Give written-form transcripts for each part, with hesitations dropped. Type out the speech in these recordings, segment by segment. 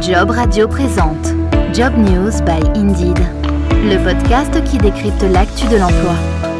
Job Radio présente Job News by Indeed, le podcast qui décrypte l'actu de l'emploi.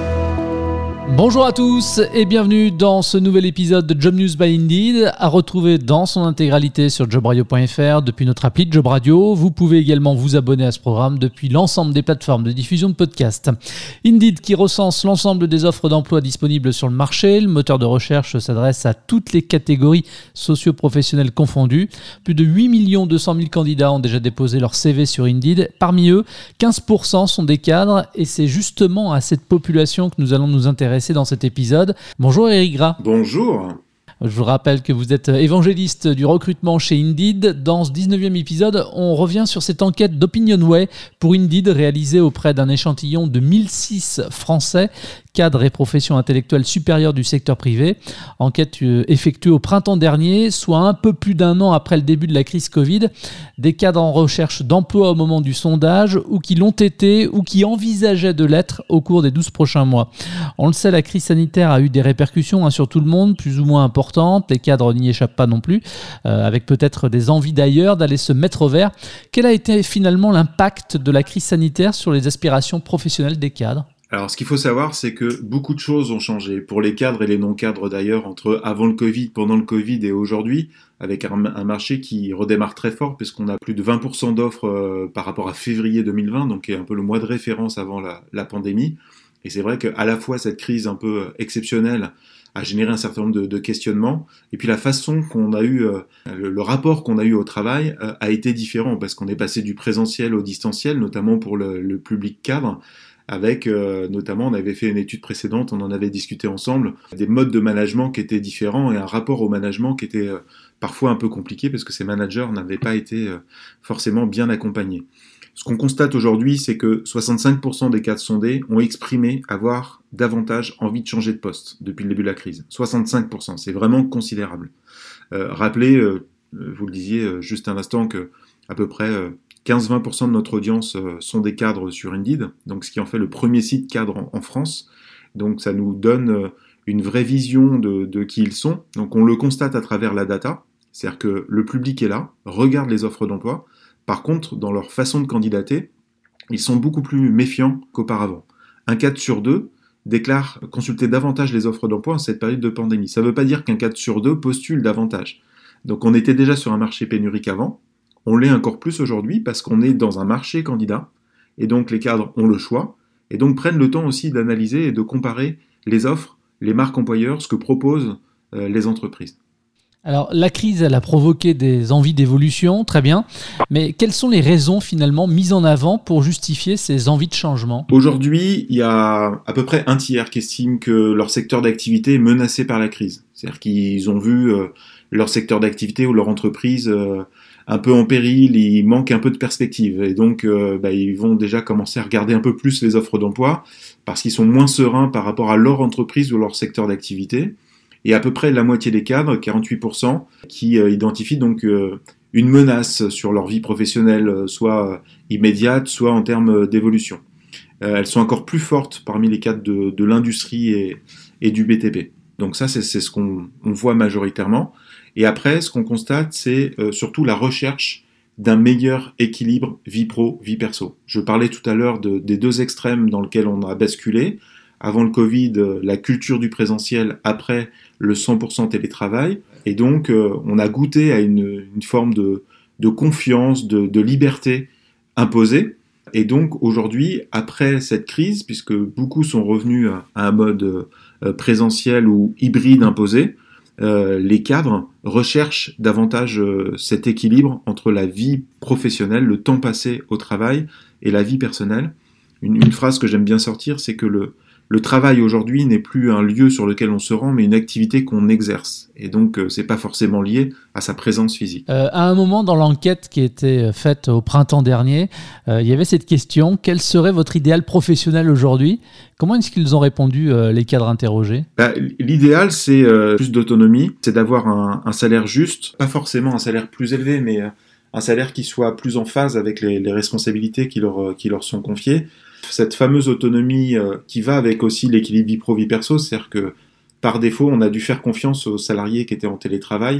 Bonjour à tous et bienvenue dans ce nouvel épisode de Job News by Indeed, à retrouver dans son intégralité sur jobradio.fr depuis notre appli Job Radio. Vous pouvez également vous abonner à ce programme depuis l'ensemble des plateformes de diffusion de podcasts. Indeed qui recense l'ensemble des offres d'emploi disponibles sur le marché. Le moteur de recherche s'adresse à toutes les catégories socio-professionnelles confondues. Plus de 8 200 000 candidats ont déjà déposé leur CV sur Indeed. Parmi eux, 15% sont des cadres et c'est justement à cette population que nous allons nous intéresser dans cet épisode. Bonjour Eric Gras. Bonjour. Je vous rappelle que vous êtes évangéliste du recrutement chez Indeed. Dans ce 19e épisode, on revient sur cette enquête d'OpinionWay pour Indeed réalisée auprès d'un échantillon de 1006 Français, cadres et professions intellectuelles supérieures du secteur privé. Enquête effectuée au printemps dernier, soit un peu plus d'un an après le début de la crise Covid. Des cadres en recherche d'emploi au moment du sondage, ou qui l'ont été, ou qui envisageaient de l'être au cours des 12 prochains mois. On le sait, la crise sanitaire a eu des répercussions sur tout le monde, plus ou moins importantes. Les cadres n'y échappent pas non plus, avec peut-être des envies d'ailleurs d'aller se mettre au vert. Quel a été finalement l'impact de la crise sanitaire sur les aspirations professionnelles des cadres ? Alors, ce qu'il faut savoir, c'est que beaucoup de choses ont changé, pour les cadres et les non-cadres d'ailleurs, entre avant le Covid, pendant le Covid et aujourd'hui, avec un marché qui redémarre très fort, puisqu'on a plus de 20% d'offres par rapport à février 2020, donc qui est un peu le mois de référence avant la pandémie. Et c'est vrai qu'à la fois cette crise un peu exceptionnelle a généré un certain nombre de questionnements, et puis la façon qu'on a eu, le rapport qu'on a eu au travail a été différent, parce qu'on est passé du présentiel au distanciel, notamment pour le public cadre, avec notamment, on avait fait une étude précédente, on en avait discuté ensemble, des modes de management qui étaient différents et un rapport au management qui était parfois un peu compliqué parce que ces managers n'avaient pas été forcément bien accompagnés. Ce qu'on constate aujourd'hui, c'est que 65% des cadres sondés ont exprimé avoir davantage envie de changer de poste depuis le début de la crise. 65%, c'est vraiment considérable. Rappelez, vous le disiez juste un instant, que à peu près 15-20% de notre audience sont des cadres sur Indeed, donc ce qui en fait le premier site cadre en France. Donc ça nous donne une vraie vision de qui ils sont. Donc on le constate à travers la data, c'est-à-dire que le public est là, regarde les offres d'emploi. Par contre, dans leur façon de candidater, ils sont beaucoup plus méfiants qu'auparavant. Un cadre sur deux déclare consulter davantage les offres d'emploi en cette période de pandémie. Ça ne veut pas dire qu'un cadre sur deux postule davantage. Donc on était déjà sur un marché pénurique avant, on l'est encore plus aujourd'hui parce qu'on est dans un marché candidat, et donc les cadres ont le choix, et donc prennent le temps aussi d'analyser et de comparer les offres, les marques employeurs, ce que proposent les entreprises. Alors, la crise, elle a provoqué des envies d'évolution, très bien, mais quelles sont les raisons finalement mises en avant pour justifier ces envies de changement ? Aujourd'hui, il y a à peu près un tiers qui estiment que leur secteur d'activité est menacé par la crise. C'est-à-dire qu'ils ont vu leur secteur d'activité ou leur entreprise un peu en péril, il manque un peu de perspective. Et donc, ils vont déjà commencer à regarder un peu plus les offres d'emploi parce qu'ils sont moins sereins par rapport à leur entreprise ou leur secteur d'activité. Et à peu près la moitié des cadres, 48%, qui identifient donc une menace sur leur vie professionnelle, soit immédiate, soit en termes d'évolution. Elles sont encore plus fortes parmi les cadres de l'industrie et du BTP. Donc ça, c'est ce qu'on voit majoritairement. Et après, ce qu'on constate, c'est surtout la recherche d'un meilleur équilibre vie pro, vie perso. Je parlais tout à l'heure des deux extrêmes dans lesquels on a basculé. Avant le Covid, la culture du présentiel, après le 100% télétravail. Et donc, on a goûté à une forme de confiance, de liberté imposée. Et donc, aujourd'hui, après cette crise, puisque beaucoup sont revenus à un mode présentiel ou hybride imposé, les cadres recherchent davantage cet équilibre entre la vie professionnelle, le temps passé au travail, et la vie personnelle. Une phrase que j'aime bien sortir, c'est que le travail aujourd'hui n'est plus un lieu sur lequel on se rend, mais une activité qu'on exerce. Et donc, c'est pas forcément lié à sa présence physique. À un moment dans l'enquête qui a été faite au printemps dernier, il y avait cette question: quel serait votre idéal professionnel aujourd'hui ? Comment est-ce qu'ils ont répondu, les cadres interrogés ? L'idéal, c'est plus d'autonomie, c'est d'avoir un salaire juste, pas forcément un salaire plus élevé, mais un salaire qui soit plus en phase avec les responsabilités qui leur sont confiées. Cette fameuse autonomie qui va avec aussi l'équilibre vie pro-vie perso, c'est-à-dire que par défaut, on a dû faire confiance aux salariés qui étaient en télétravail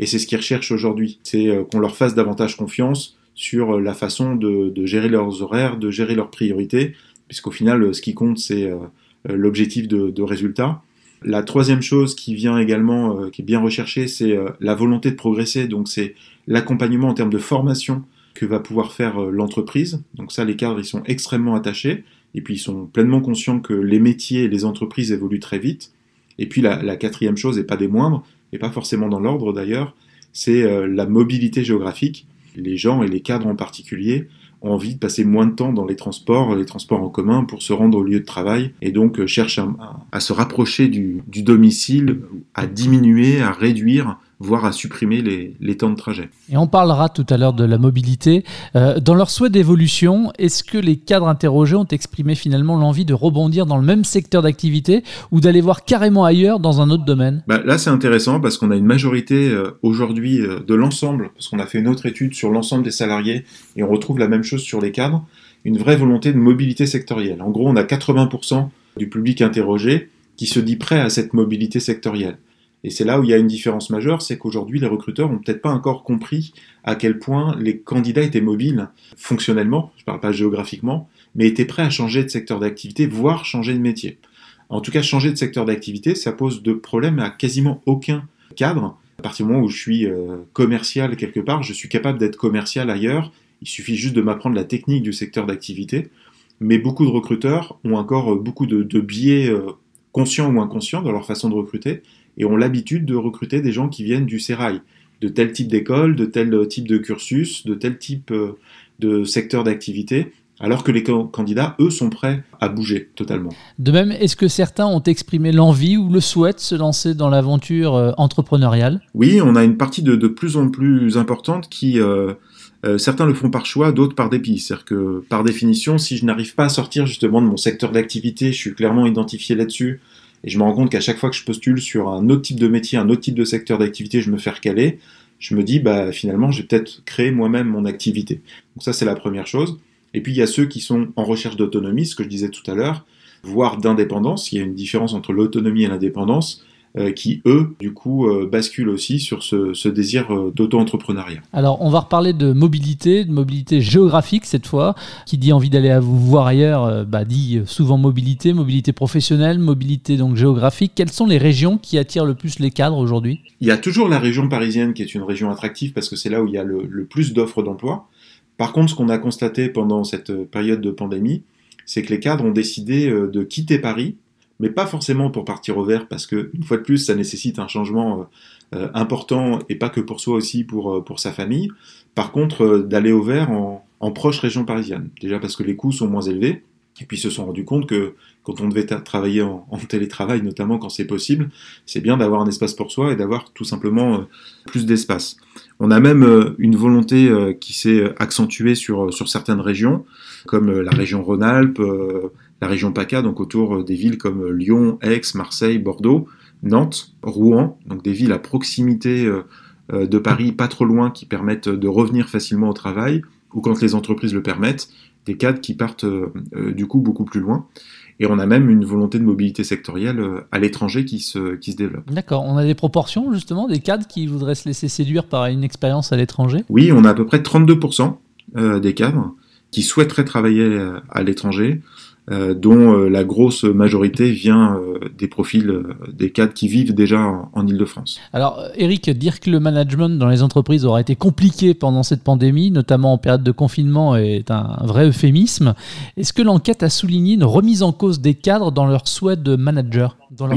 Et c'est ce qu'ils recherchent aujourd'hui. C'est qu'on leur fasse davantage confiance sur la façon de gérer leurs horaires, de gérer leurs priorités, puisqu'au final, ce qui compte, c'est l'objectif de résultat. La troisième chose qui vient également, qui est bien recherchée, c'est la volonté de progresser. Donc c'est l'accompagnement en termes de formation que va pouvoir faire l'entreprise. Donc ça, les cadres, ils sont extrêmement attachés. Et puis ils sont pleinement conscients que les métiers et les entreprises évoluent très vite. Et puis la quatrième chose, et pas des moindres, et pas forcément dans l'ordre d'ailleurs, c'est la mobilité géographique. Les gens, et les cadres en particulier, ont envie de passer moins de temps dans les transports en commun pour se rendre au lieu de travail, et donc cherchent à se rapprocher du domicile, à diminuer, à réduire, voire à supprimer les temps de trajet. Et on parlera tout à l'heure de la mobilité. Dans leur souhait d'évolution, est-ce que les cadres interrogés ont exprimé finalement l'envie de rebondir dans le même secteur d'activité ou d'aller voir carrément ailleurs dans un autre domaine ? Là, c'est intéressant parce qu'on a une majorité aujourd'hui de l'ensemble, parce qu'on a fait une autre étude sur l'ensemble des salariés et on retrouve la même chose sur les cadres, une vraie volonté de mobilité sectorielle. En gros, on a 80% du public interrogé qui se dit prêt à cette mobilité sectorielle. Et c'est là où il y a une différence majeure, c'est qu'aujourd'hui, les recruteurs n'ont peut-être pas encore compris à quel point les candidats étaient mobiles, fonctionnellement, je ne parle pas géographiquement, mais étaient prêts à changer de secteur d'activité, voire changer de métier. En tout cas, changer de secteur d'activité, ça pose de problème à quasiment aucun cadre. À partir du moment où je suis commercial quelque part, je suis capable d'être commercial ailleurs, il suffit juste de m'apprendre la technique du secteur d'activité. Mais beaucoup de recruteurs ont encore beaucoup de biais conscients ou inconscients dans leur façon de recruter, et ont l'habitude de recruter des gens qui viennent du sérail, de tel type d'école, de tel type de cursus, de tel type de secteur d'activité, alors que les candidats, eux, sont prêts à bouger totalement. De même, est-ce que certains ont exprimé l'envie ou le souhait de se lancer dans l'aventure entrepreneuriale ? Oui, on a une partie de plus en plus importante qui... certains le font par choix, d'autres par dépit. C'est-à-dire que, par définition, si je n'arrive pas à sortir justement de mon secteur d'activité, je suis clairement identifié là-dessus, et je me rends compte qu'à chaque fois que je postule sur un autre type de métier, un autre type de secteur d'activité, je me fais recaler, je me dis, finalement, j'ai peut-être créé moi-même mon activité. Donc ça, c'est la première chose. Et puis, il y a ceux qui sont en recherche d'autonomie, ce que je disais tout à l'heure, voire d'indépendance. Il y a une différence entre l'autonomie et l'indépendance, qui, eux, du coup, basculent aussi sur ce désir d'auto-entrepreneuriat. Alors, on va reparler de mobilité géographique cette fois. Qui dit envie d'aller vous voir ailleurs, dit souvent mobilité professionnelle, mobilité donc géographique. Quelles sont les régions qui attirent le plus les cadres aujourd'hui ? Il y a toujours la région parisienne qui est une région attractive parce que c'est là où il y a le plus d'offres d'emploi. Par contre, ce qu'on a constaté pendant cette période de pandémie, c'est que les cadres ont décidé de quitter Paris, mais pas forcément pour partir au vert, parce que une fois de plus, ça nécessite un changement important, et pas que pour soi aussi, pour sa famille. Par contre, d'aller au vert en proche région parisienne. Déjà parce que les coûts sont moins élevés, et puis ils se sont rendus compte que quand on devait travailler en télétravail, notamment quand c'est possible, c'est bien d'avoir un espace pour soi et d'avoir tout simplement plus d'espace. On a même une volonté qui s'est accentuée sur certaines régions, comme la région Rhône-Alpes, la région PACA, donc autour des villes comme Lyon, Aix, Marseille, Bordeaux, Nantes, Rouen, donc des villes à proximité de Paris, pas trop loin, qui permettent de revenir facilement au travail, ou quand les entreprises le permettent, des cadres qui partent du coup beaucoup plus loin. Et on a même une volonté de mobilité sectorielle à l'étranger qui se développe. D'accord. On a des proportions justement des cadres qui voudraient se laisser séduire par une expérience à l'étranger ? Oui, on a à peu près 32% des cadres qui souhaiteraient travailler à l'étranger, dont la grosse majorité vient des profils des cadres qui vivent déjà en Île-de-France. Alors Eric, dire que le management dans les entreprises aura été compliqué pendant cette pandémie, notamment en période de confinement, est un vrai euphémisme. Est-ce que l'enquête a souligné une remise en cause des cadres dans leur souhait de manager,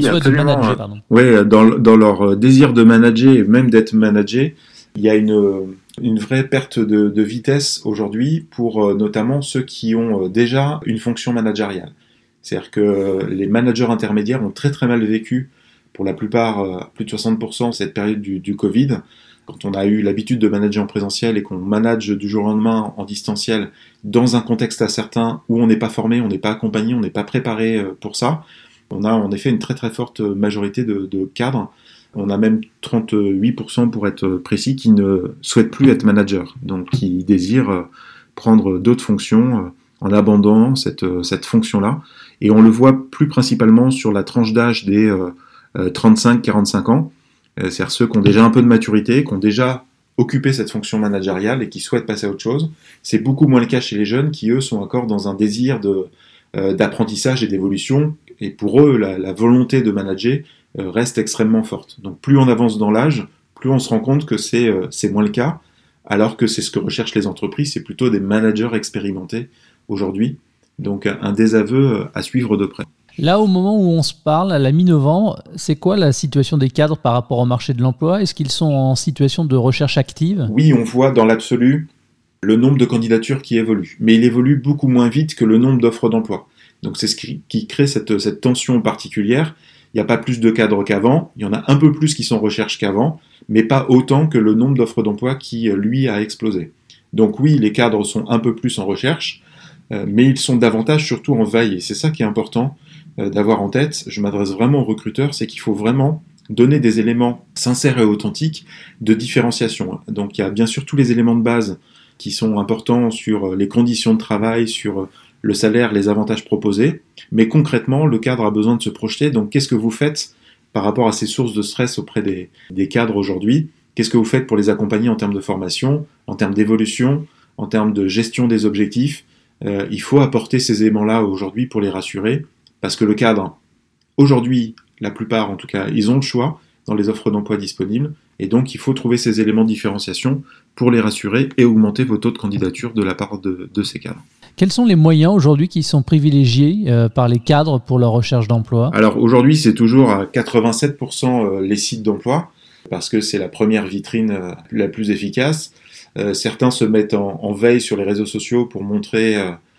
Oui, dans leur désir de manager et même d'être managé, il y a une vraie perte de vitesse aujourd'hui pour notamment ceux qui ont déjà une fonction managériale. C'est-à-dire que les managers intermédiaires ont très très mal vécu, pour la plupart, plus de 60%, cette période du Covid. Quand on a eu l'habitude de manager en présentiel et qu'on manage du jour au lendemain en distanciel dans un contexte incertain où on n'est pas formé, on n'est pas accompagné, on n'est pas préparé pour ça, on a en effet une très très forte majorité de cadres. On a même 38% pour être précis qui ne souhaitent plus être manager, donc qui désirent prendre d'autres fonctions en abandonnant cette fonction-là. Et on le voit plus principalement sur la tranche d'âge des 35-45 ans, c'est-à-dire ceux qui ont déjà un peu de maturité, qui ont déjà occupé cette fonction managériale et qui souhaitent passer à autre chose. C'est beaucoup moins le cas chez les jeunes qui, eux, sont encore dans un désir d'apprentissage et d'évolution. Et pour eux, la volonté de manager reste extrêmement forte. Donc plus on avance dans l'âge, plus on se rend compte que c'est moins le cas, alors que c'est ce que recherchent les entreprises, c'est plutôt des managers expérimentés aujourd'hui. Donc un désaveu à suivre de près. Là, au moment où on se parle, à la mi-novembre, c'est quoi la situation des cadres par rapport au marché de l'emploi ? Est-ce qu'ils sont en situation de recherche active ? Oui, on voit dans l'absolu le nombre de candidatures qui évolue. Mais il évolue beaucoup moins vite que le nombre d'offres d'emploi. Donc c'est ce qui crée cette tension particulière. Il n'y a pas plus de cadres qu'avant, il y en a un peu plus qui sont en recherche qu'avant, mais pas autant que le nombre d'offres d'emploi qui, lui, a explosé. Donc oui, les cadres sont un peu plus en recherche, mais ils sont davantage surtout en veille. Et c'est ça qui est important d'avoir en tête. Je m'adresse vraiment aux recruteurs, c'est qu'il faut vraiment donner des éléments sincères et authentiques de différenciation. Donc il y a bien sûr tous les éléments de base qui sont importants sur les conditions de travail, sur le salaire, les avantages proposés, mais concrètement, le cadre a besoin de se projeter. Donc, qu'est-ce que vous faites par rapport à ces sources de stress auprès des cadres aujourd'hui ? Qu'est-ce que vous faites pour les accompagner en termes de formation, en termes d'évolution, en termes de gestion des objectifs ? Il faut apporter ces éléments-là aujourd'hui pour les rassurer, parce que le cadre, aujourd'hui, la plupart en tout cas, ils ont le choix dans les offres d'emploi disponibles, et donc il faut trouver ces éléments de différenciation pour les rassurer et augmenter vos taux de candidature de la part de ces cadres. Quels sont les moyens aujourd'hui qui sont privilégiés par les cadres pour leur recherche d'emploi ? Alors aujourd'hui, c'est toujours à 87% les sites d'emploi, parce que c'est la première vitrine la plus efficace. Certains se mettent en veille sur les réseaux sociaux pour montrer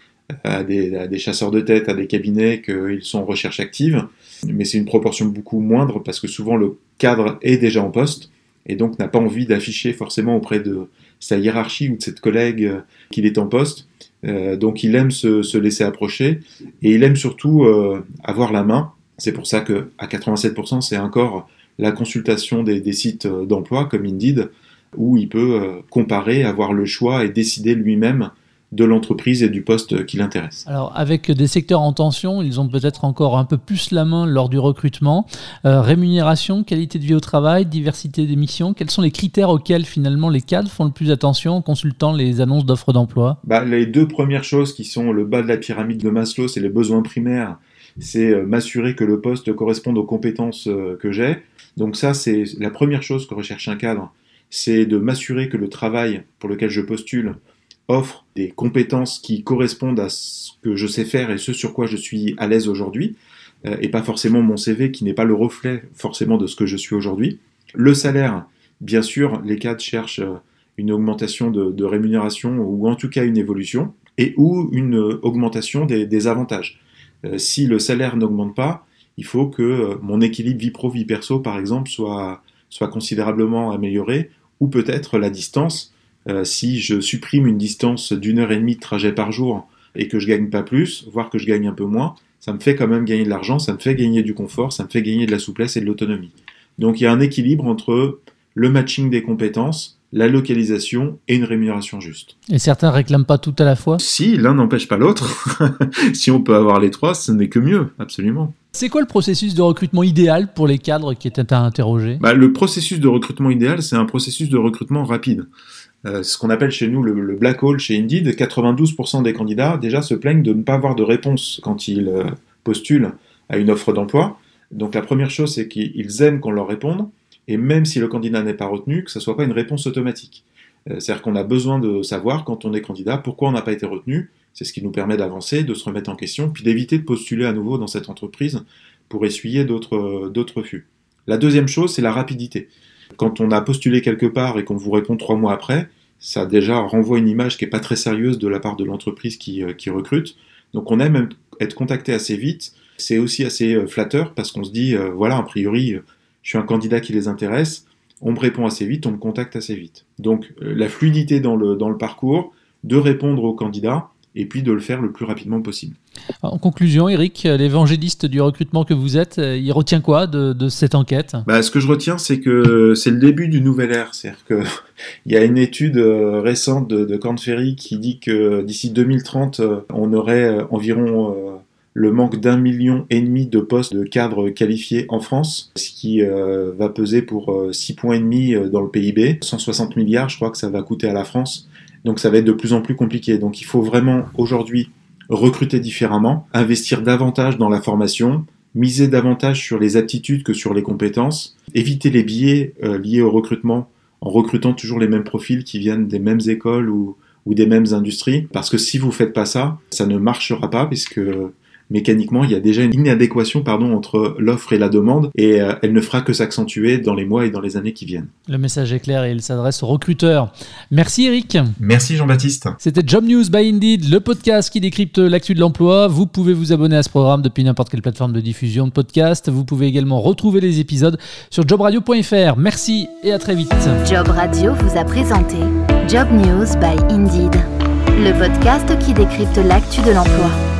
à des chasseurs de tête, à des cabinets qu'ils sont en recherche active, mais c'est une proportion beaucoup moindre, parce que souvent le cadre est déjà en poste, et donc n'a pas envie d'afficher forcément auprès de sa hiérarchie ou de cette collègue qu'il est en poste. Donc il aime se laisser approcher, et il aime surtout avoir la main. C'est pour ça qu'à 87%, c'est encore la consultation des sites d'emploi comme Indeed, où il peut comparer, avoir le choix et décider lui-même de l'entreprise et du poste qui l'intéresse. Alors, avec des secteurs en tension, ils ont peut-être encore un peu plus la main lors du recrutement. Rémunération, qualité de vie au travail, diversité des missions, quels sont les critères auxquels finalement les cadres font le plus attention en consultant les annonces d'offres d'emploi ? Les deux premières choses qui sont le bas de la pyramide de Maslow, c'est les besoins primaires. C'est m'assurer que le poste corresponde aux compétences que j'ai. Donc ça, c'est la première chose que recherche un cadre, c'est de m'assurer que le travail pour lequel je postule offre des compétences qui correspondent à ce que je sais faire et ce sur quoi je suis à l'aise aujourd'hui, et pas forcément mon CV qui n'est pas le reflet forcément de ce que je suis aujourd'hui. Le salaire, bien sûr, les cadres cherchent une augmentation de rémunération ou en tout cas une évolution, et ou une augmentation des avantages. Si le salaire n'augmente pas, il faut que mon équilibre vie pro-vie perso, par exemple, soit considérablement amélioré, ou peut-être la distance. Si je supprime une distance d'1h30 de trajet par jour et que je gagne pas plus, voire que je gagne un peu moins, ça me fait quand même gagner de l'argent, ça me fait gagner du confort, ça me fait gagner de la souplesse et de l'autonomie. Donc il y a un équilibre entre le matching des compétences, la localisation et une rémunération juste. Et certains réclament pas tout à la fois ? Si, l'un n'empêche pas l'autre. Si on peut avoir les trois, ce n'est que mieux, absolument. C'est quoi le processus de recrutement idéal pour les cadres qui étaient à interroger ? Le processus de recrutement idéal, c'est un processus de recrutement rapide. Ce qu'on appelle chez nous le black hole chez Indeed, 92% des candidats déjà se plaignent de ne pas avoir de réponse quand ils postulent à une offre d'emploi. Donc la première chose, c'est qu'ils aiment qu'on leur réponde, et même si le candidat n'est pas retenu, que ce ne soit pas une réponse automatique. C'est-à-dire qu'on a besoin de savoir, quand on est candidat, pourquoi on n'a pas été retenu. C'est ce qui nous permet d'avancer, de se remettre en question, puis d'éviter de postuler à nouveau dans cette entreprise pour essuyer d'autres refus. La deuxième chose, c'est la rapidité. Quand on a postulé quelque part et qu'on vous répond 3 mois après, ça déjà renvoie une image qui n'est pas très sérieuse de la part de l'entreprise qui recrute. Donc on aime être contacté assez vite. C'est aussi assez flatteur parce qu'on se dit, voilà, a priori, je suis un candidat qui les intéresse, on me répond assez vite, on me contacte assez vite. Donc la fluidité dans le parcours, de répondre aux candidats, et puis de le faire le plus rapidement possible. En conclusion, Eric, l'évangéliste du recrutement que vous êtes, il retient quoi de cette enquête ? Ce que je retiens, c'est que c'est le début d'une nouvelle ère. C'est-à-dire qu'il y a une étude récente de Korn Ferry qui dit que d'ici 2030, on aurait environ le manque d'1,5 million de postes de cadres qualifiés en France, ce qui va peser pour 6,5 points dans le PIB, 160 milliards je crois que ça va coûter à la France, donc ça va être de plus en plus compliqué. Donc il faut vraiment aujourd'hui recruter différemment, investir davantage dans la formation, miser davantage sur les aptitudes que sur les compétences, éviter les biais liés au recrutement en recrutant toujours les mêmes profils qui viennent des mêmes écoles ou des mêmes industries, parce que si vous faites pas ça, ça ne marchera pas, puisque mécaniquement, il y a déjà une inadéquation entre l'offre et la demande, et elle ne fera que s'accentuer dans les mois et dans les années qui viennent. Le message est clair et il s'adresse aux recruteurs. Merci Eric. Merci Jean-Baptiste. C'était Job News by Indeed, le podcast qui décrypte l'actu de l'emploi. Vous pouvez vous abonner à ce programme depuis n'importe quelle plateforme de diffusion de podcast. Vous pouvez également retrouver les épisodes sur jobradio.fr. Merci et à très vite. Job Radio vous a présenté Job News by Indeed, le podcast qui décrypte l'actu de l'emploi.